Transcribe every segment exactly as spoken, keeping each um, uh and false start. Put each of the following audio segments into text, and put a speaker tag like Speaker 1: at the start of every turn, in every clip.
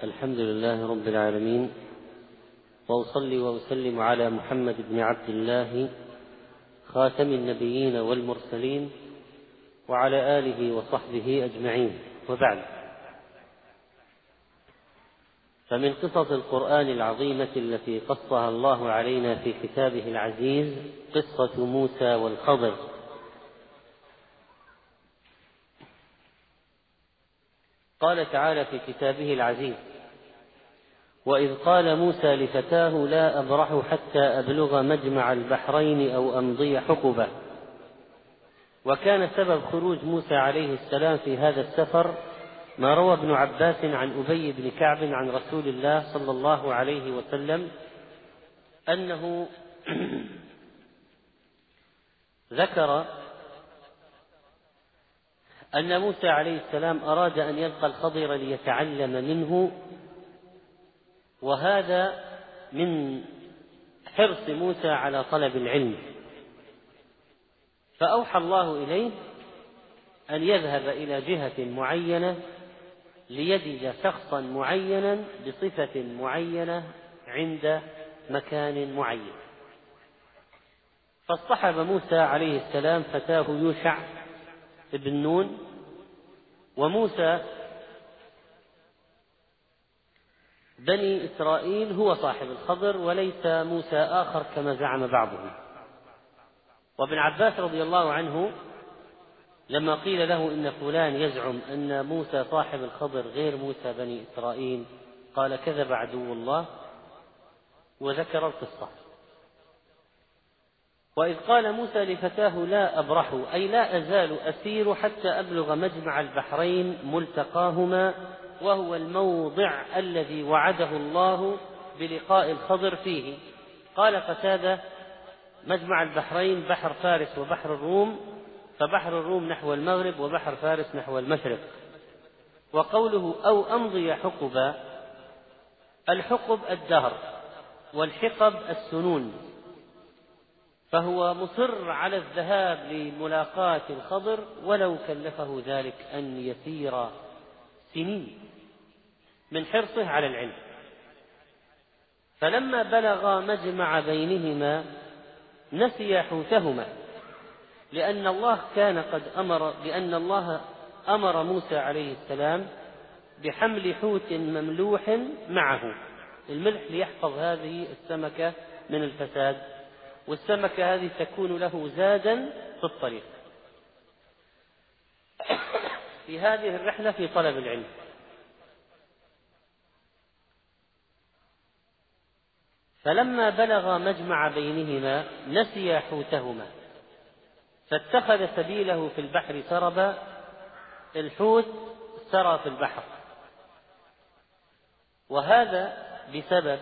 Speaker 1: الحمد لله رب العالمين، وأصلي وأسلم على محمد بن عبد الله خاتم النبيين والمرسلين وعلى آله وصحبه أجمعين، وبعد. فمن قصص القرآن العظيمة التي قصها الله علينا في كتابه العزيز قصة موسى والخضر. قال تعالى في كتابه العزيز: وإذ قال موسى لفتاه لا أبرح حتى أبلغ مجمع البحرين أو أمضي حقبة. وكان سبب خروج موسى عليه السلام في هذا السفر ما روى ابن عباس عن أبي بن كعب عن رسول الله صلى الله عليه وسلم أنه ذكر أن موسى عليه السلام أراد أن يلقى الخضر ليتعلم منه، وهذا من حرص موسى على طلب العلم، فأوحى الله إليه أن يذهب إلى جهة معينة ليجد شخصا معينا بصفة معينة عند مكان معين. فاصطحب موسى عليه السلام فتاه يوشع ابن نون، وموسى بني إسرائيل هو صاحب الخضر وليس موسى آخر كما زعم بعضهم. وابن عباس رضي الله عنه لما قيل له إن فلان يزعم أن موسى صاحب الخضر غير موسى بني إسرائيل قال: كذب عدو الله، وذكر القصة. وإذ قال موسى لفتاه لا أبرح، أي لا أزال أسير حتى أبلغ مجمع البحرين ملتقاهما، وهو الموضع الذي وعده الله بلقاء الخضر فيه. قال قتادة: مجمع البحرين بحر فارس وبحر الروم، فبحر الروم نحو المغرب وبحر فارس نحو المشرق. وقوله أو أمضي حقبا، الحقب الدهر والحقب السنون، فهو مصر على الذهاب لملاقاة الخضر ولو كلفه ذلك أن يسير سنين من حرصه على العلم. فلما بلغ مجمع بينهما نسي حوتهما، لأن الله كان قد أمر لأن الله أمر موسى عليه السلام بحمل حوت مملوح معه، الملح ليحفظ هذه السمكة من الفساد، والسمكة هذه تكون له زادا في الطريق في هذه الرحلة في طلب العلم. فلما بلغ مجمع بينهما نسي حوتهما فاتخذ سبيله في البحر سربا، الحوت سرى في البحر، وهذا بسبب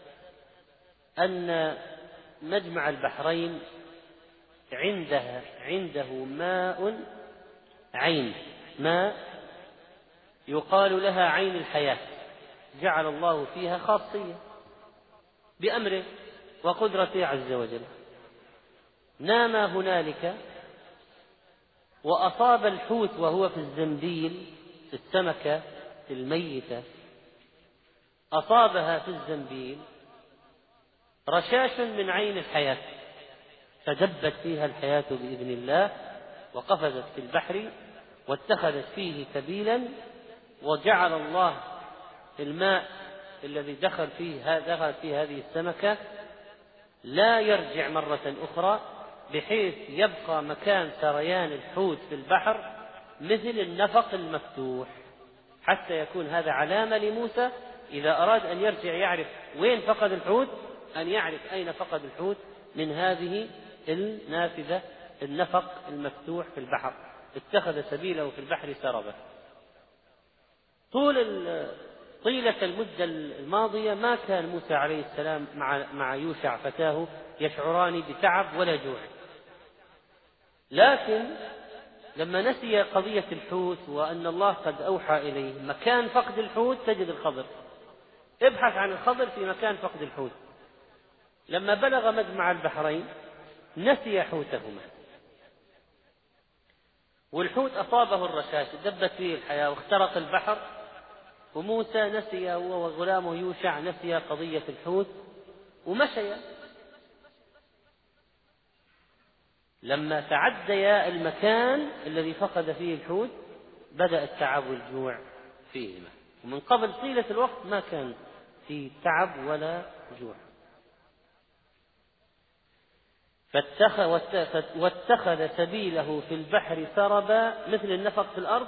Speaker 1: أن مجمع البحرين عنده عنده ماء عين، ماء يقال لها عين الحياة، جعل الله فيها خاصية بأمره وقدرته عز وجل. نام هنالك وأصاب الحوت وهو في الزنبيل، في السمكة الميتة، أصابها في الزنبيل رشاش من عين الحياة، فدبت فيها الحياة بإذن الله وقفزت في البحر واتخذت فيه سبيلا، وجعل الله الماء الذي دخل فيه دخل فيه هذه السمكة لا يرجع مرة أخرى، بحيث يبقى مكان سريان الحوت في البحر مثل النفق المفتوح، حتى يكون هذا علامة لموسى إذا أراد أن يرجع يعرف وين فقد الحوت، أن يعرف أين فقد الحوت من هذه النافذة النفق المفتوح في البحر. اتخذ سبيله في البحر سربا. طول طيلة المدة الماضية ما كان موسى عليه السلام مع مع يوشع فتاه يشعران بتعب ولا جوع، لكن لما نسي قضية الحوت وأن الله قد أوحى إليه مكان فقد الحوت تجد الخضر، ابحث عن الخضر في مكان فقد الحوت. لما بلغ مجمع البحرين نسي حوتهما، والحوت أصابه الرشاش، دبت فيه الحياة واخترق البحر، وموسى نسي هو وغلامه يوشع نسي قضية الحوت ومشيا. لما تعديا المكان الذي فقد فيه الحوت بدأ التعب والجوع فيهما، ومن قبل طيلة الوقت ما كان في تعب ولا جوع. فاتخذ, واتخذ سبيله في البحر سربا مثل النفق في الأرض.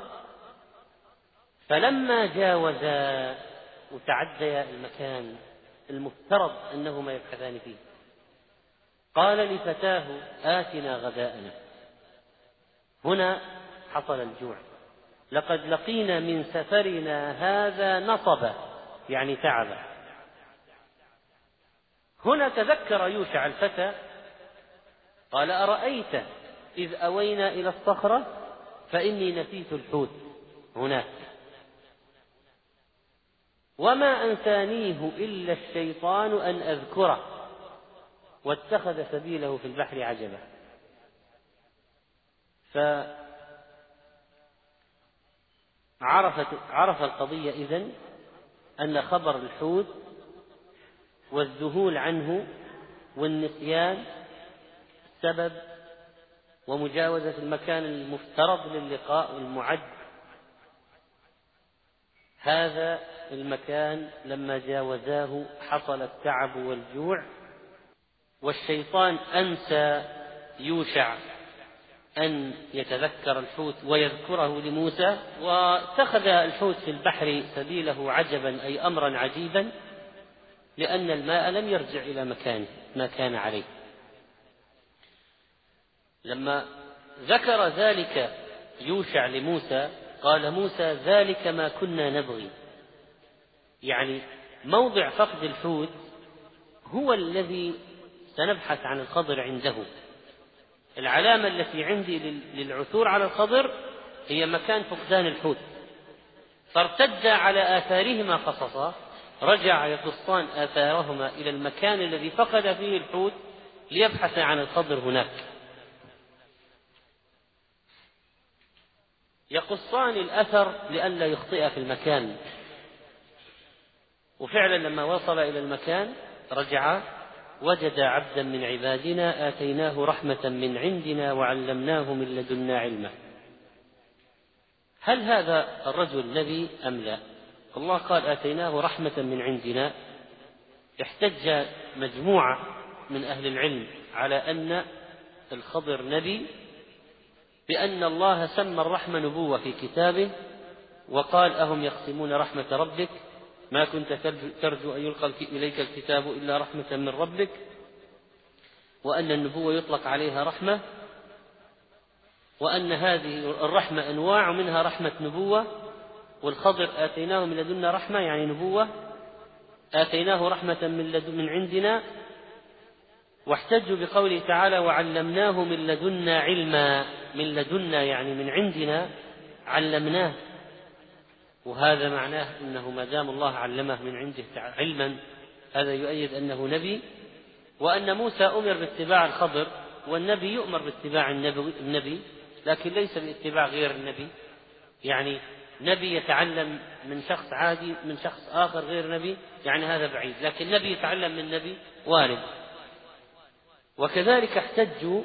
Speaker 1: فلما جاوزا وتعديا المكان المفترض أنهما يبحثان فيه قال لفتاه آتنا غداءنا. هنا حصل الجوع. لقد لقينا من سفرنا هذا نصبا، يعني تعبا. هنا تذكر يوشع الفتى قال أرأيت إذ أوينا إلى الصخرة فإني نسيت الحوت هناك وما أنسانيه إلا الشيطان أن أذكره واتخذ سبيله في البحر عجبا. فعرفت عرف القضية إذن أن خبر الحوت والذهول عنه والنسيان سبب ومجاوزة المكان المفترض للقاء المعد. هذا المكان لما جاوزاه حصل التعب والجوع، والشيطان أنسى يوشع أن يتذكر الحوت ويذكره لموسى، واتخذ الحوت في البحر سبيله عجبا أي أمرا عجيبا، لأن الماء لم يرجع إلى مكانه ما كان عليه. لما ذكر ذلك يوشع لموسى قال موسى ذلك ما كنا نبغي، يعني موضع فقد الحوت هو الذي سنبحث عن الخضر عنده. العلامة التي عندي للعثور على الخضر هي مكان فقدان الحوت. فارتد على آثارهما قصصا، رجع يقصان آثارهما إلى المكان الذي فقد فيه الحوت ليبحث عن الخضر هناك. يقصان الأثر لئلا يخطئ في المكان. وفعلا لما وصل إلى المكان رجع وجد عبدا من عبادنا آتيناه رحمة من عندنا وعلمناه من لدنا علما. هل هذا الرجل نبي أم لا؟ الله قال آتيناه رحمة من عندنا. احتج مجموعة من أهل العلم على أن الخضر نبي بأن الله سمى الرحمة نبوة في كتابه، وقال أهم يقسمون رحمة ربك ما كنت ترجو أن يلقى إليك الكتاب إلا رحمة من ربك، وأن النبوة يطلق عليها رحمة، وأن هذه الرحمة أنواع منها رحمة نبوة، والخضر آتيناه من لدنا رحمة يعني نبوة، آتيناه رحمة من, لدن من عندنا. واحتجوا بقوله تعالى وعلمناه من لدنا علما، من لدنا يعني من عندنا علمناه، وهذا معناه أنه ما دام الله علمه من عنده علما هذا يؤيد أنه نبي، وأن موسى أمر باتباع الخضر، والنبي يؤمر باتباع النبي لكن ليس باتباع غير النبي. يعني نبي يتعلم من شخص عادي من شخص آخر غير نبي، يعني هذا بعيد، لكن نبي يتعلم من نبي وارد. وكذلك احتجوا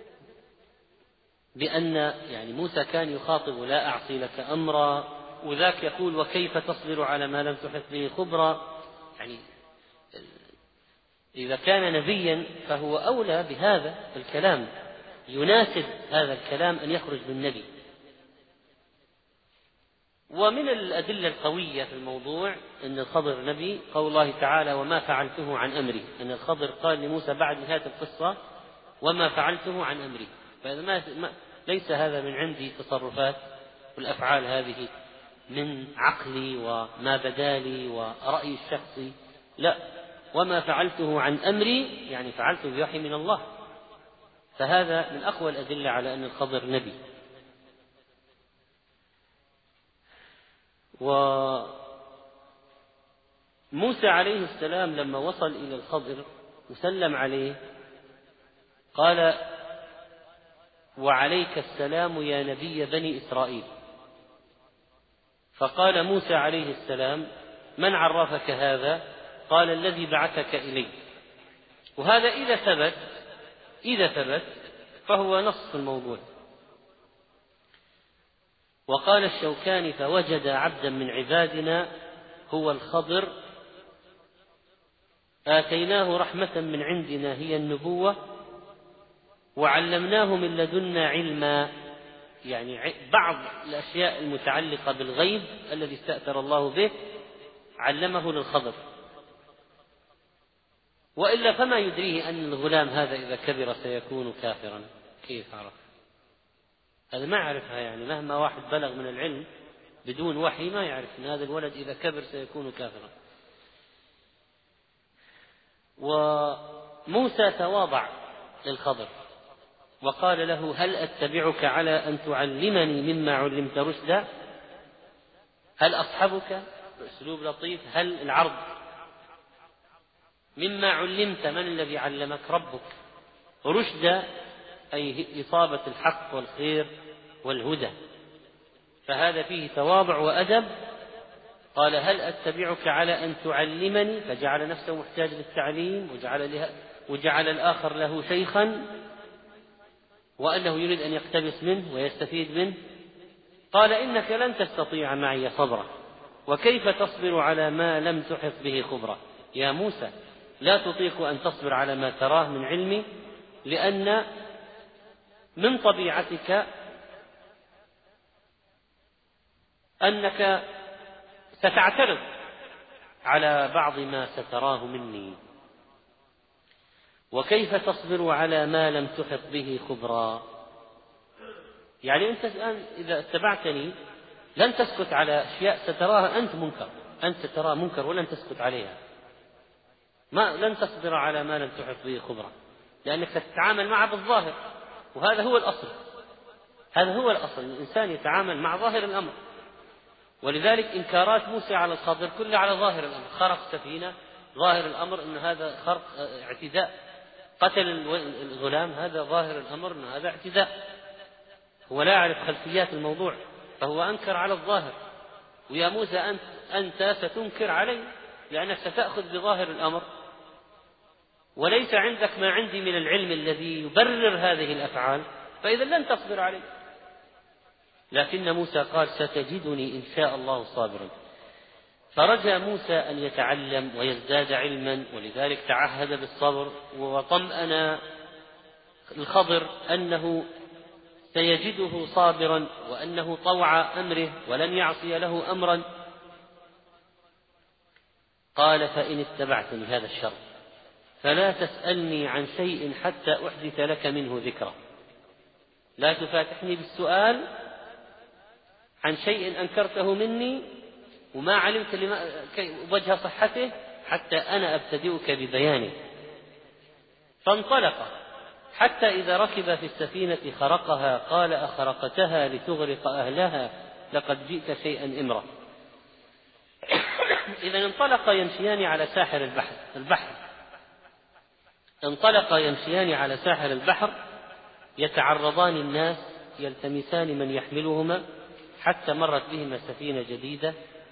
Speaker 1: بأن يعني موسى كان يخاطب لا أعصي لك أمرا، وذاك يقول وكيف تصبر على ما لم تحط به خبرا. يعني إذا كان نبيا فهو أولى بهذا الكلام، يناسب هذا الكلام أن يخرج من نبي. ومن الأدلة القوية في الموضوع أن الخضر نبي قول الله تعالى وما فعلته عن أمري، أن الخضر قال لموسى بعد نهاية القصة وما فعلته عن أمري. فإذا ما ليس هذا من عندي تصرفات والأفعال هذه من عقلي وما بدالي ورأيي الشخصي، لا، وما فعلته عن أمري يعني فعلته بوحي من الله. فهذا من أقوى الأدلة على أن الخضر نبي. وموسى عليه السلام لما وصل إلى الخضر وسلم عليه قال وعليك السلام يا نبي بني إسرائيل. فقال موسى عليه السلام: من عرفك هذا؟ قال: الذي بعثك إلي. وهذا إذا ثبت إذا ثبت فهو نص الموضوع. وقال الشوكاني: فوجد عبدا من عبادنا هو الخضر آتيناه رحمة من عندنا هي النبوة وعلمناه من لدنا علما، يعني بعض الأشياء المتعلقة بالغيب الذي استأثر الله به علمه للخضر، وإلا فما يدريه أن الغلام هذا إذا كبر سيكون كافرا. كيف عرف؟ هذا ما يعرفها، يعني مهما واحد بلغ من العلم بدون وحي ما يعرف أن هذا الولد إذا كبر سيكون كافرا. وموسى تواضع للخضر وقال له: هل أتبعك على أن تعلمني مما علمت رشدا؟ هل أصحبك؟ بأسلوب لطيف. هل العرض مما علمت، من الذي علمك؟ ربك. رشدا أي إصابة الحق والخير والهدى، فهذا فيه تواضع وأدب. قال: هل أتبعك على أن تعلمني؟ فجعل نفسه محتاج للتعليم، وجعل, وجعل الآخر له شيخا وأنه يريد أن يقتبس منه ويستفيد منه. قال: إنك لن تستطيع معي صبرا، وكيف تصبر على ما لم تحط به خبرا؟ يا موسى، لا تطيق أن تصبر على ما تراه من علمي، لأن من طبيعتك أنك ستعترض على بعض ما ستراه مني. وكيف تصبر على ما لم تحط به خبرا؟ يعني أنت الآن إذا اتبعتني لن تسكت على أشياء ستراها أنت منكر، أنت ترى منكر ولن تسكت عليها، ما لن تصبر على ما لم تحط به خبرا، لأنك تتعامل معه بالظاهر، وهذا هو الأصل. هذا هو الأصل، الإنسان يتعامل مع ظاهر الأمر. ولذلك إنكارات موسى على الخضر كلها على ظاهر الأمر. خرق سفينة، ظاهر الأمر أن هذا خرق اعتداء. قتل الغلام، هذا ظاهر الأمر أن هذا اعتداء. هو لا يعرف خلفيات الموضوع، فهو أنكر على الظاهر. ويا موسى أنت, أنت ستنكر علي، لأنك ستأخذ بظاهر الأمر، وليس عندك ما عندي من العلم الذي يبرر هذه الأفعال، فإذا لن تصبر علي. لكن موسى قال: ستجدني إن شاء الله صابرا. فرجى موسى أن يتعلم ويزداد علما، ولذلك تعهد بالصبر، وطمأن الخضر أنه سيجده صابرا، وأنه طوع أمره ولن يعصي له أمرا. قال: فإن اتبعتني، هذا الشرط، فلا تسألني عن شيء حتى أحدث لك منه ذكرى. لا تفاتحني بالسؤال عن شيء أنكرته مني وما علمت لما وجه صحته حتى أنا أبتدئك ببيانه. فانطلق حتى إذا ركب في السفينة خرقها قال: أخرقتها لتغرق أهلها لقد جئت شيئا إمرا. إذا انطلق يمشيان على ساحل البحر البحر انطلق يمشيان على ساحل البحر، يتعرضان الناس يلتمسان من يحملهما، حتى مرت بهما سفينة جديدة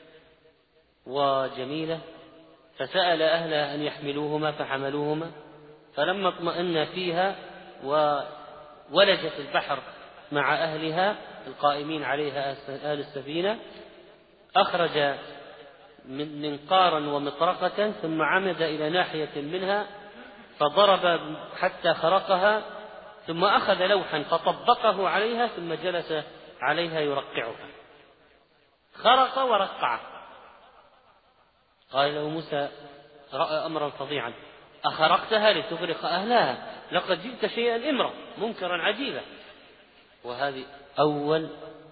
Speaker 1: وجميلة، فسأل أهلها أن يحملوهما فحملوهما. فلما اطمأن فيها وولجت البحر مع أهلها القائمين عليها أهل السفينة، أخرج من منقارا ومطرقة، ثم عمد إلى ناحية منها فضرب حتى خرقها، ثم أخذ لوحا فطبقه عليها، ثم جلس عليها يرقعها. خرق ورقع. قال له موسى: رأى أمرا فظيعا، أخرقتها لتغرق أهلها لقد جئت شيئا إمرا، منكرا عجيبا. وهذه أول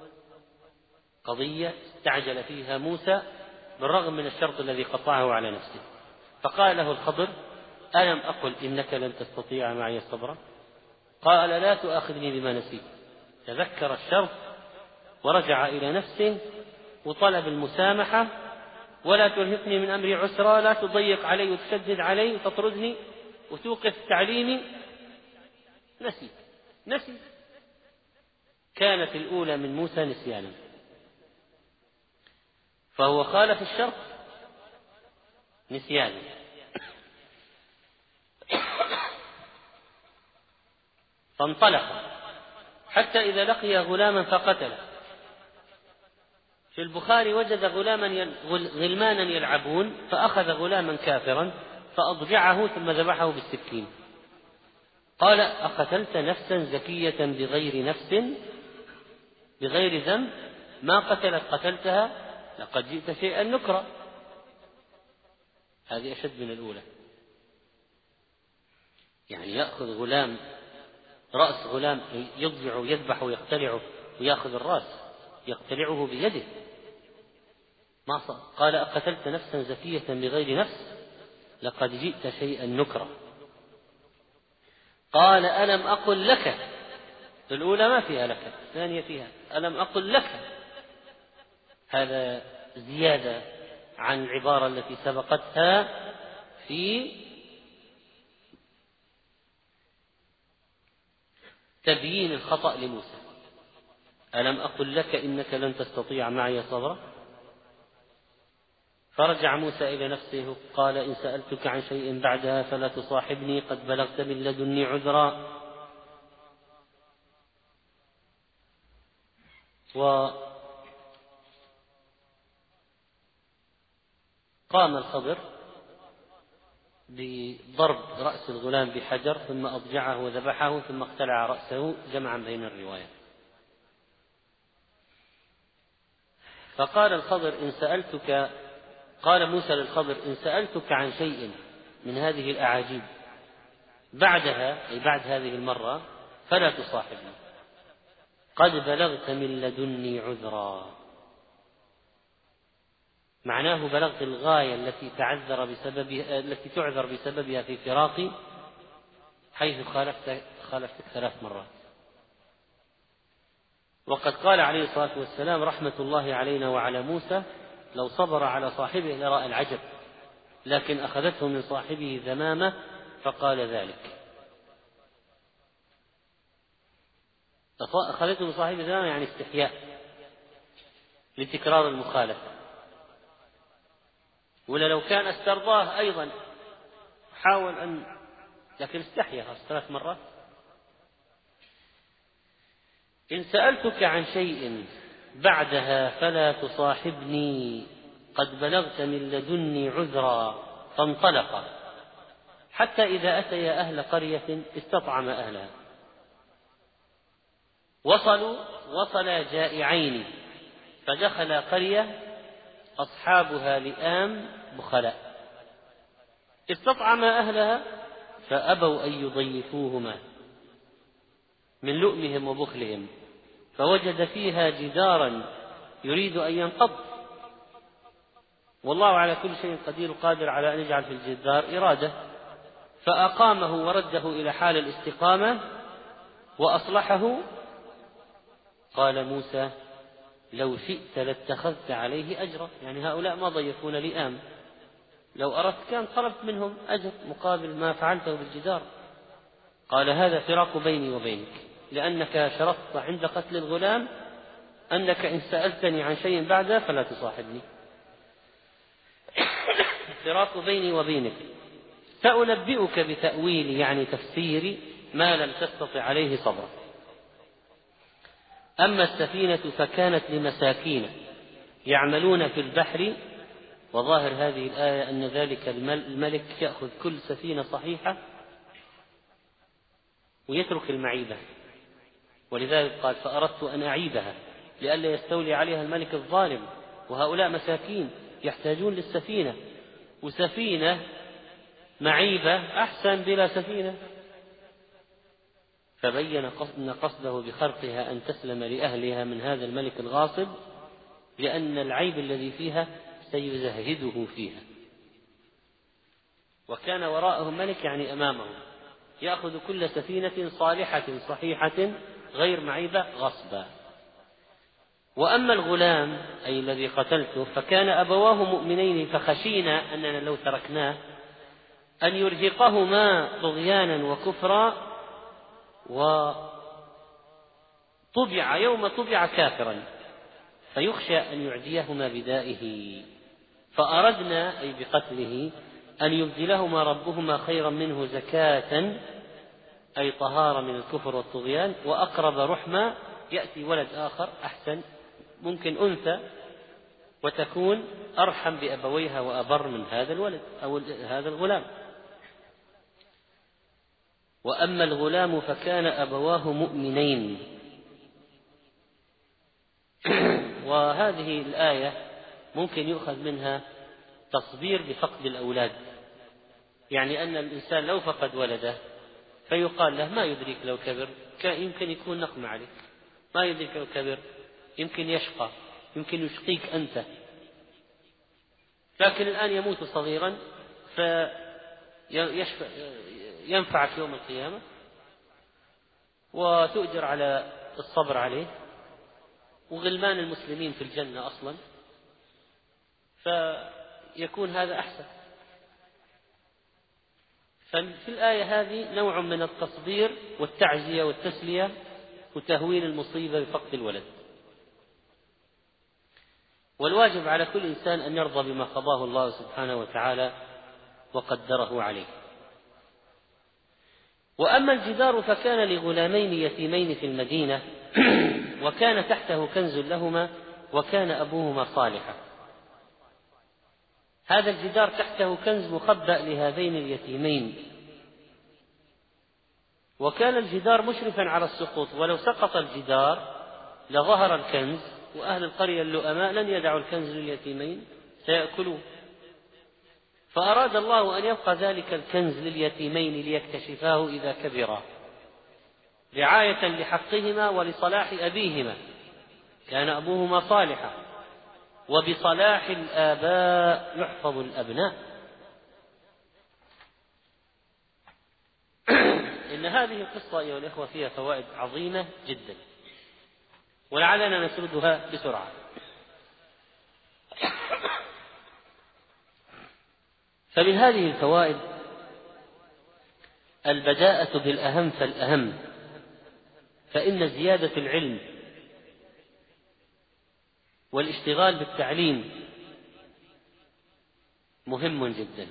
Speaker 1: قضية استعجل فيها موسى بالرغم من الشرط الذي قطعه على نفسه. فقال له الخضر: ألم أقل إنك لن تستطيع معي صبرا؟ قال: لا تؤاخذني بما نسيت. تذكر الشرط ورجع إلى نفسه وطلب المسامحة: ولا ترهقني من أمري عسرا، لا تضيق علي وتشدد علي وتطردني وتوقف تعليمي. نسي نسي كانت الأولى من موسى نسيانا. فهو خالف الشرط نسيان. فانطلق حتى إذا لقي غلاما فقتله. في البخاري وجد غلاما يل... غلمانا يلعبون فأخذ غلاما كافرا فأضجعه ثم ذبحه بالسكين. قال: أقتلت نفسا زكية بغير نفس بغير ذنب ما قتلت قتلتها لقد جئت شيئا نكرا. هذه أشد من الأولى. يعني يأخذ غلام رأس غلام يضجع يذبح ويقتلعه ويأخذ الرأس يقتلعه بيده ما صار. قال: أقتلت نفسا زكية بغير نفس لقد جئت شيئا نكرا. قال: ألم أقل لك. الأولى ما فيها لك، الثانية فيها ألم أقل لك. هذا زيادة عن العبارة التي سبقتها في تبيين الخطأ لموسى. ألم أقل لك إنك لن تستطيع معي صبرا. فرجع موسى إلى نفسه قال: إن سألتك عن شيء بعدها فلا تصاحبني قد بلغت من لدني عذرا. وقام الخضر بضرب رأس الغلام بحجر ثم أضجعه وذبحه ثم اقتلع رأسه جمعا بين الروايات. فقال الخضر: إن سألتك قال موسى للخضر: إن سألتك عن شيء من هذه الأعاجيب بعدها أي بعد هذه المرة فلا تصاحبني قد بلغت من لدني عذرا. معناه بلغت الغاية التي تعذر بسببها التي تعذر بسببها في فراقي حيث خالفت خالفتك ثلاث مرات. وقد قال عليه الصلاة والسلام: رحمة الله علينا وعلى موسى لو صبر على صاحبه لرأى العجب لكن أخذته من صاحبه ذمامة فقال ذلك. أخذته من صاحبه ذمامة يعني استحياء لتكرار المخالفة. ولا لو كان استرضاه أيضا حاول أن لكن استحيا ثلاث مرات. إن سألتك عن شيء بعدها فلا تصاحبني قد بلغت من لدني عذرا. فانطلق حتى إذا أتيا أهل قرية استطعم أهلها وصلوا وصلا جائعين فدخل قرية أصحابها لئام بخلاء استطعم أهلها فأبوا أن يضيفوهما من لؤمهم وبخلهم فوجد فيها جدارا يريد أن ينقض والله على كل شيء قدير قادر على أن يجعل في الجدار إرادة فأقامه ورده إلى حال الاستقامة وأصلحه. قال موسى: لو شئت لاتخذت عليه أجرا. يعني هؤلاء ما ضيفون لئام، لو أردت كان طلبت منهم أجر مقابل ما فعلته بالجدار. قال: هذا فراق بيني وبينك لأنك شرطت عند قتل الغلام أنك إن سألتني عن شيء بعده فلا تصاحبني. فراق بيني وبينك سأنبئك بتأويل يعني تفسير ما لم تستطع عليه صبرا. أما السفينة فكانت لمساكين يعملون في البحر. وظاهر هذه الآية أن ذلك الملك يأخذ كل سفينة صحيحة ويترك المعيبة، ولذلك قال: فأردت أن أعيبها لئلا يستولي عليها الملك الظالم، وهؤلاء مساكين يحتاجون للسفينة، وسفينة معيبة أحسن بلا سفينة. فبين أن قصده بخرقها أن تسلم لأهلها من هذا الملك الغاصب لأن العيب الذي فيها سيزهده فيها. وكان وراءهم ملك يعني أمامهم يأخذ كل سفينة صالحة صحيحة غير معيبة غصبا. وأما الغلام أي الذي قتلته فكان أبواه مؤمنين فخشينا أننا لو تركناه أن يرهقهما طغيانا وكفرا وطبع يوم طبع كافرا فيخشى أن يعديهما بدائه، فأردنا أي بقتله أن يبدلهما ربهما خيرا منه زكاة أي طهارة من الكفر والطغيان وأقرب رحمة، يأتي ولد آخر أحسن ممكن أنثى وتكون أرحم بأبويها وأبر من هذا الولد أو هذا الغلام. وأما الغلام فكان أبواه مؤمنين. وهذه الآية ممكن يؤخذ منها تصبير بفقد الأولاد، يعني أن الإنسان لو فقد ولده فيقال له ما يدريك لو كبر يمكن يكون نقمة عليك، ما يدريك لو كبر يمكن يشقى، يمكن يشقيك أنت. لكن الآن يموت صغيرا فينفعك يوم القيامة وتؤجر على الصبر عليه، وغلمان المسلمين في الجنة أصلا، فيكون هذا أحسن. ففي الآية هذه نوع من التصبير والتعزية والتسلية وتهويل المصيبة بفقد الولد. والواجب على كل إنسان أن يرضى بما قضاه الله سبحانه وتعالى وقدره عليه. وأما الجدار فكان لغلامين يتيمين في المدينة وكان تحته كنز لهما وكان أبوهما صالحا. هذا الجدار تحته كنز مخبأ لهذين اليتيمين، وكان الجدار مشرفا على السقوط، ولو سقط الجدار لظهر الكنز، وأهل القرية اللؤماء لن يدعوا الكنز لليتيمين سيأكلوه. فأراد الله أن يبقى ذلك الكنز لليتيمين ليكتشفاه إذا كبرا، رعاية لحقهما ولصلاح أبيهما، كان أبوهما صالحا، وبصلاح الآباء يحفظ الأبناء. إن هذه القصة أيها الإخوة فيها فوائد عظيمة جدا، ولعلنا نسردها بسرعة. فمن هذه الفوائد البداءة بالأهم فالأهم، فإن زيادة العلم والاشتغال بالتعليم مهم جدا.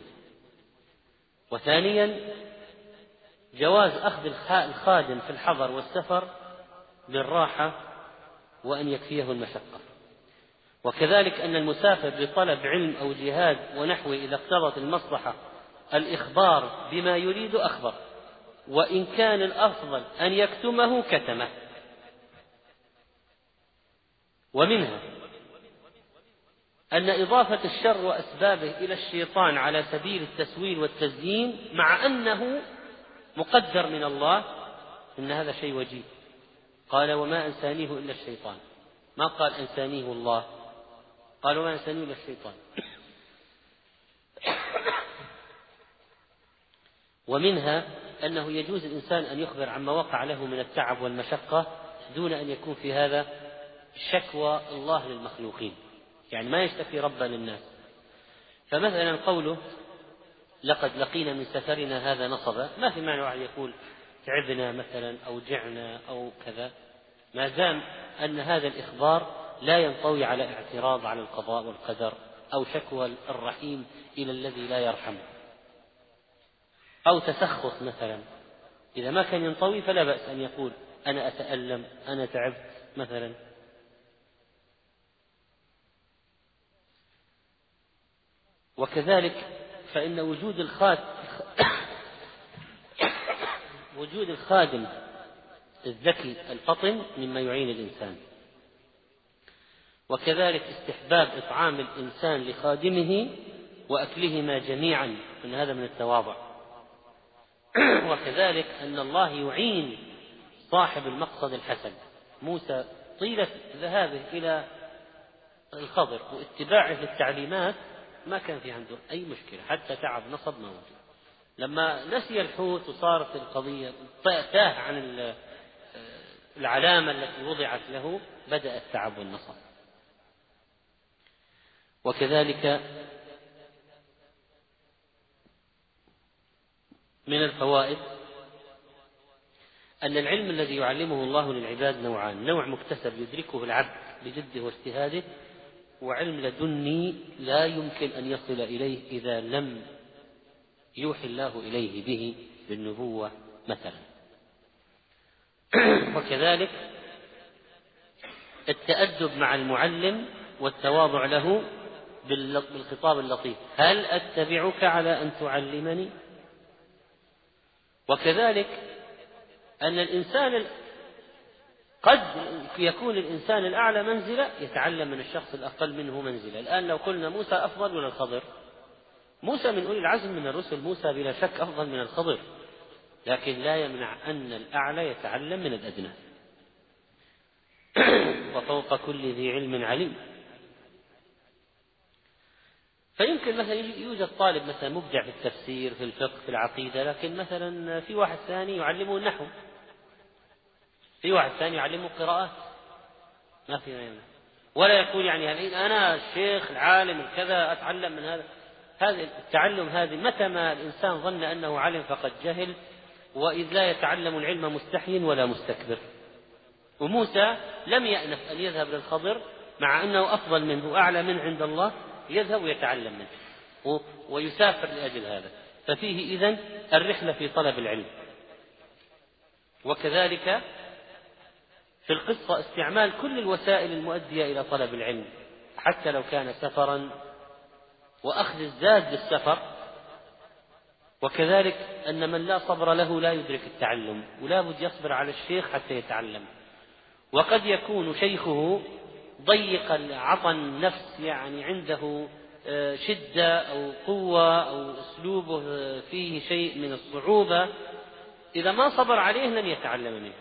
Speaker 1: وثانيا جواز أخذ الخادم في الحضر والسفر للراحة وأن يكفيه المشقة. وكذلك أن المسافر لطلب علم أو جهاد ونحوه إذا اقتضت المصلحة الإخبار بما يريد أخبر، وإن كان الأفضل أن يكتمه كتمه. ومنها أن إضافة الشر وأسبابه إلى الشيطان على سبيل التسويل والتزيين مع أنه مقدر من الله إن هذا شيء وجيه. قال وما أنسانيه إلا الشيطان، ما قال أنسانيه الله، قال وما أنسانيه إلا الشيطان. ومنها أنه يجوز الإنسان أن يخبر عما وقع له من التعب والمشقة دون أن يكون في هذا شكوى الله للمخلوقين، يعني ما يشتكي ربا للناس. فمثلا قوله لقد لقينا من سفرنا هذا نصبا، ما في معنى واحد يقول تعبنا مثلا أو جعنا أو كذا، ما دام أن هذا الإخبار لا ينطوي على اعتراض على القضاء والقدر أو شكوى الرحيم إلى الذي لا يرحمه أو تسخط مثلا. إذا ما كان ينطوي فلا بأس أن يقول أنا أتألم، أنا تعبت مثلا. وكذلك فإن وجود الخادم وجود الخادم الذكي الفطن مما يعين الإنسان. وكذلك استحباب إطعام الإنسان لخادمه وأكلهما جميعا، إن هذا من التواضع. وكذلك أن الله يعين صاحب المقصد الحسن. موسى طيلة ذهابه إلى الخضر واتباعه للتعليمات ما كان في عنده أي مشكلة، حتى تعب نصب ما وجد. لما نسي الحوت وصارت القضية تاه عن العلامة التي وضعت له بدأ التعب والنصب. وكذلك من الفوائد أن العلم الذي يعلمه الله للعباد نوعان: نوع مكتسب يدركه العبد بجده واجتهاده، وعلم لدني لا يمكن أن يصل إليه إذا لم يوحي الله إليه به بالنبوة مثلا. وكذلك التأدب مع المعلم والتواضع له بالخطاب اللطيف: هل أتبعك على أن تعلمني؟ وكذلك أن الإنسان قد يكون الإنسان الأعلى منزلة يتعلم من الشخص الأقل منه منزلة. الآن لو قلنا موسى أفضل ولا الخضر؟ موسى من أولي العزم من الرسل، موسى بلا شك أفضل من الخضر، لكن لا يمنع أن الأعلى يتعلم من الأدنى. وفوق كل ذي علم عليم. فيمكن مثلا يوجد طالب مثلا مبدع في التفسير، في الفقه، في العقيدة، لكن مثلا في واحد ثاني يعلمه النحو، في واحد ثاني يعلمه قراءات، ما في ما ولا يقول يعني أنا الشيخ العالم الكذا أتعلم من هذا. هذا التعلم هذه متى ما الإنسان ظن أنه علم فقد جهل، وإذ لا يتعلم العلم مستحي ولا مستكبر. وموسى لم يأنف أن يذهب للخضر مع أنه أفضل منه وأعلى منه عند الله، يذهب ويتعلم منه ويسافر لأجل هذا. ففيه إذن الرحلة في طلب العلم. وكذلك في القصة استعمال كل الوسائل المؤدية إلى طلب العلم حتى لو كان سفرا، وأخذ الزاد للسفر. وكذلك أن من لا صبر له لا يدرك التعلم، ولا بد يصبر على الشيخ حتى يتعلم. وقد يكون شيخه ضيق العطن نفس، يعني عنده شدة أو قوة أو أسلوبه فيه شيء من الصعوبة، إذا ما صبر عليه لن يتعلم منه،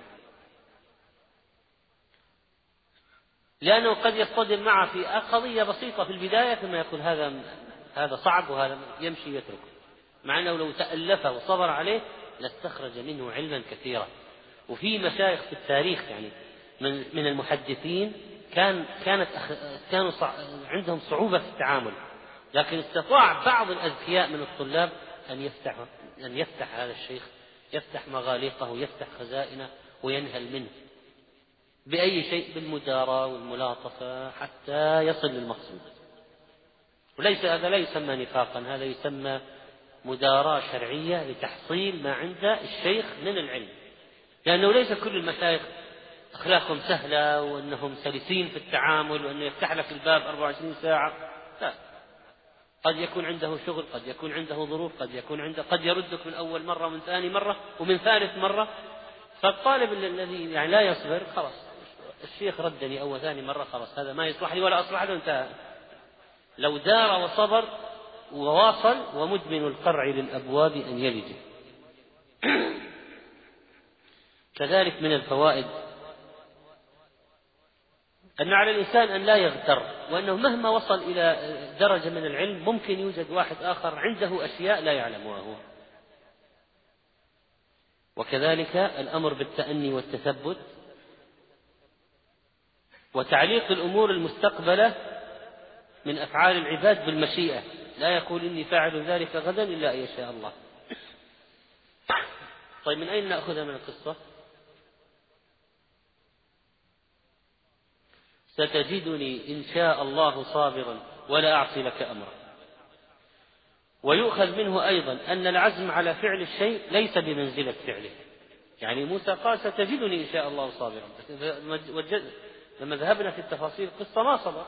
Speaker 1: لأنه قد يصطدم معه في قضية بسيطة في البداية ثم يقول هذا هذا صعب وهذا يمشي يتركه، مع أنه لو تألف وصبر عليه لاستخرج منه علما كثيرا. وفي مشايخ في التاريخ يعني من من المحدثين كان كانت كانوا عندهم صعوبة في التعامل، لكن استطاع بعض الأذكياء من الطلاب أن يفتح أن يفتح هذا الشيخ، يفتح مغاليقه ويفتح خزائنه وينهل منه بأي شيء، بالمداراة والملاطفة حتى يصل للمقصود. وليس هذا لا يسمى نفاقا، هذا يسمى مداراة شرعية لتحصيل ما عند الشيخ من العلم، لأنه ليس كل المشايخ أخلاقهم سهلة وأنهم سلسين في التعامل وأنه يفتح لك الباب أربعة وعشرين ساعة، لا، قد يكون عنده شغل، قد يكون عنده ظروف، قد يكون عنده قد يردك من أول مرة ومن ثاني مرة ومن ثالث مرة. فالطالب الذي يعني لا يصبر خلاص، الشيخ ردني أول ثاني مرة خلاص هذا ما يصلح لي ولا أصلح له، انتهى. لو دار وصبر وواصل، ومدمن القرع للأبواب أن يلج. كذلك من الفوائد أن على الإنسان أن لا يغتر، وأنه مهما وصل إلى درجة من العلم ممكن يوجد واحد آخر عنده أشياء لا يعلمها هو. وكذلك الأمر بالتأني والتثبت، وتعليق الأمور المستقبلة من أفعال العباد بالمشيئة، لا يقول إني فاعل ذلك غدا إلا أن يشاء الله. طيب من أين نأخذها من القصة؟ ستجدني إن شاء الله صابرا ولا أعصي لك أمرا. ويؤخذ منه أيضا أن العزم على فعل الشيء ليس بمنزلة فعله، يعني موسى قال ستجدني إن شاء الله صابرا، لما ذهبنا في التفاصيل القصة ما صبر،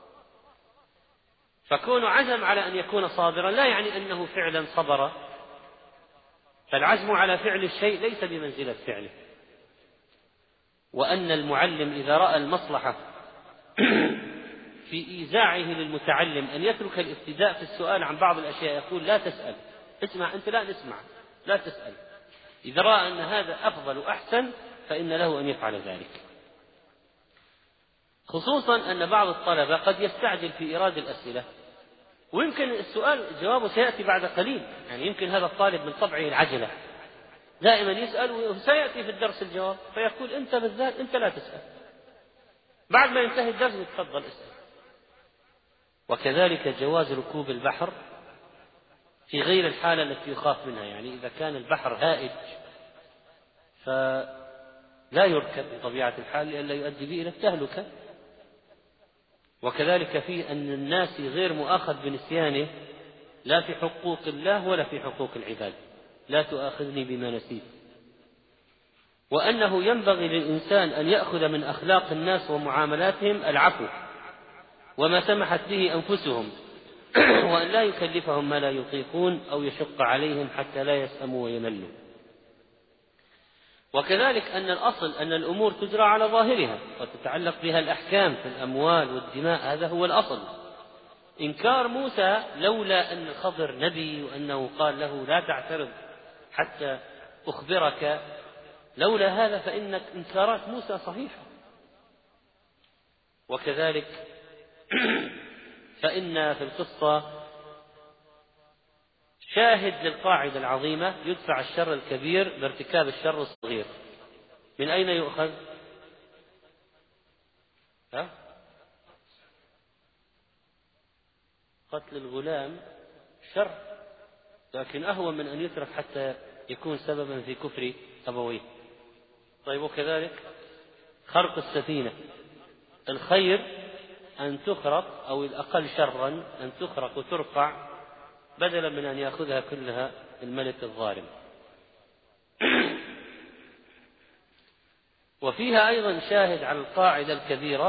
Speaker 1: فكون عزم على أن يكون صابرا لا يعني أنه فعلا صبر، فالعزم على فعل الشيء ليس بمنزلة فعله. وأن المعلم إذا رأى المصلحة في إيزاعه للمتعلم أن يترك الابتداء في السؤال عن بعض الأشياء، يقول لا تسأل، اسمع أنت، لا نسمع، لا تسأل. إذا رأى أن هذا أفضل وأحسن فإن له أن يفعل ذلك، خصوصا أن بعض الطلبة قد يستعجل في إيراد الأسئلة، ويمكن السؤال جوابه سيأتي بعد قليل، يعني يمكن هذا الطالب من طبعه العجلة دائما يسأل وسيأتي في الدرس الجواب، فيقول أنت بالذات أنت لا تسأل، بعد ما ينتهي الدرس يتفضل اسأل. وكذلك جواز ركوب البحر في غير الحالة التي يخاف منها، يعني إذا كان البحر هائج لا يركب بطبيعة الحال لئلا يؤدي به إلى التهلكة. وكذلك في أن الناس غير مؤاخذ بنسيانه لا في حقوق الله ولا في حقوق العباد، لا تؤاخذني بما نسيت. وأنه ينبغي للإنسان أن يأخذ من أخلاق الناس ومعاملاتهم العفو وما سمحت به أنفسهم، وأن لا يكلفهم ما لا يطيقون أو يشق عليهم حتى لا يسأموا ويملوا. وكذلك أن الأصل أن الأمور تجرى على ظاهرها وتتعلق بها الأحكام في الأموال والدماء، هذا هو الأصل. إنكار موسى لولا أن الخضر نبي وأنه قال له لا تعترض حتى أخبرك، لولا هذا فإن إنكارات موسى صحيحة. وكذلك فإن في القصة شاهد للقاعدة العظيمة يدفع الشر الكبير بارتكاب الشر الصغير. من أين يؤخذ؟ ها؟ قتل الغلام شر، لكن أهون من أن يترك حتى يكون سببا في كفر أبويه. طيب وكذلك خرق السفينة، الخير أن تخرق، أو الأقل شرا أن تخرق وترقع بدلا من أن يأخذها كلها الملك الظالم. وفيها أيضا شاهد على القاعدة الكبيرة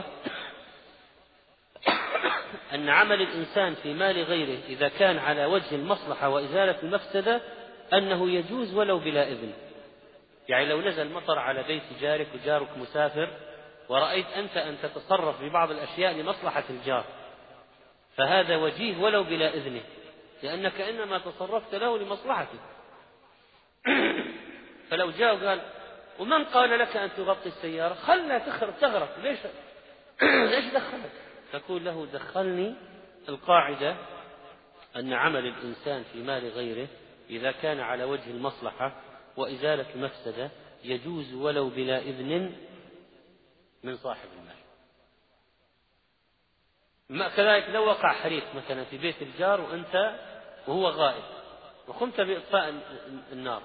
Speaker 1: أن عمل الإنسان في مال غيره إذا كان على وجه المصلحة وإزالة المفسدة أنه يجوز ولو بلا إذن. يعني لو نزل مطر على بيت جارك وجارك مسافر ورأيت أنت أن تتصرف ببعض الأشياء لمصلحة الجار، فهذا وجيه ولو بلا إذنه، لأنك إنما تصرفت له لمصلحته. فلو جاء وقال ومن قال لك أن تغطي السيارة، خلنا تغرق، ليش ليش دخلك؟ تقول له دخلني القاعدة أن عمل الإنسان في مال غيره إذا كان على وجه المصلحة وإزالة المفسدة يجوز ولو بلا إذن من صاحب المال. كذلك لو وقع حريق مثلا في بيت الجار وأنت وهو غائب وقمت بإطفاء النار،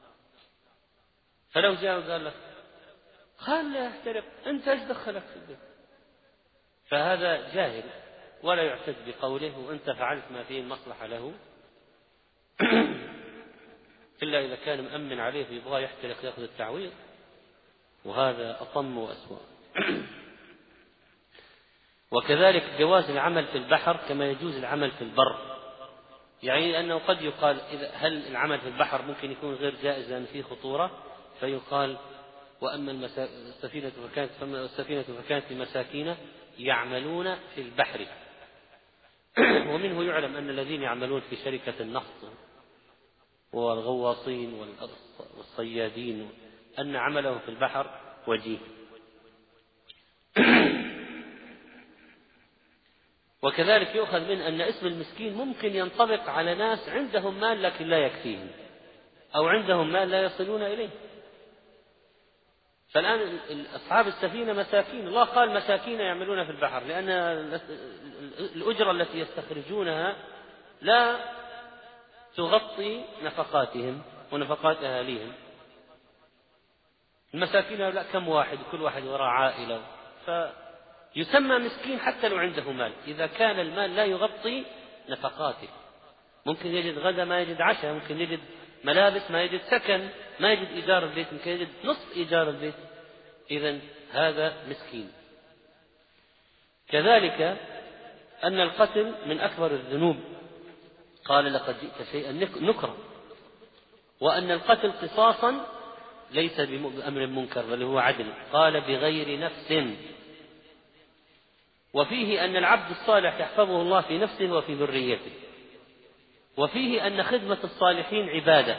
Speaker 1: فلو جاء وقال لك خلنا يحترق، أنت ايش دخلك في البيت؟ فهذا جاهل ولا يعتد بقوله وأنت فعلت ما فيه المصلحة له إلا إذا كان مأمن عليه ويبغى يحترق يأخذ التعويض، وهذا أطم وأسوأ. وكذلك جواز العمل في البحر كما يجوز العمل في البر، يعني أنه قد يقال إذا هل العمل في البحر ممكن يكون غير جائز لأن فيه خطورة، فيقال وأما السفينة فكانت السفينة فكانت لمساكين يعملون في البحر. ومنه يعلم أن الذين يعملون في شركة النفط والغواصين والصيادين أن عملهم في البحر وجيه. وكذلك يؤخذ من أن اسم المسكين ممكن ينطبق على ناس عندهم مال لكن لا يكفيهم، أو عندهم مال لا يصلون إليه. فالآن أصحاب السفينة مساكين، الله قال مساكين يعملون في البحر لأن الأجرة التي يستخرجونها لا تغطي نفقاتهم ونفقات أهاليهم. المساكين لا كم واحد، كل واحد وراء عائلة، فيسمى مسكين حتى لو عنده مال إذا كان المال لا يغطي نفقاته. ممكن يجد غدا ما يجد عشاء، ممكن يجد ملابس ما يجد سكن، ما يجد إيجار البيت، ممكن يجد نصف إيجار البيت، إذن هذا مسكين. كذلك أن القتل من أكبر الذنوب، قال لقد جئت شيئا نكرا، وأن القتل قصاصا ليس بأمر منكر بل هو عدل، قال بغير نفس. وفيه أن العبد الصالح يحفظه الله في نفسه وفي ذريته. وفيه أن خدمة الصالحين عبادة.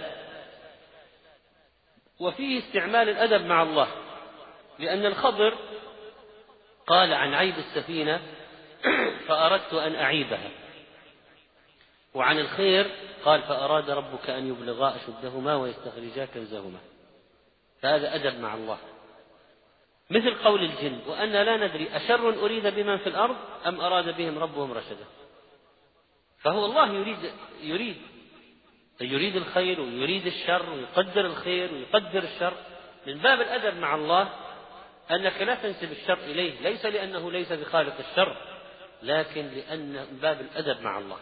Speaker 1: وفيه استعمال الأدب مع الله، لأن الخضر قال عن عيب السفينة فأردت أن أعيبها، وعن الخير قال فأراد ربك أن يبلغا أشدهما ويستخرجا كنزهما، فهذا أدب مع الله. مثل قول الجن وأن لا ندري أشر أريد بمن في الأرض أم أراد بهم ربهم رشدا. فهو الله يريد يريد يريد الخير ويريد الشر ويقدر الخير ويقدر الشر، من باب الأدب مع الله أنك لا تنسب الشر إليه، ليس لأنه ليس بخالق الشر، لكن لأن من باب الأدب مع الله.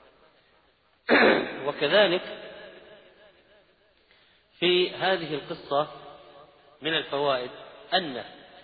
Speaker 1: وكذلك في هذه القصة من الفوائد أن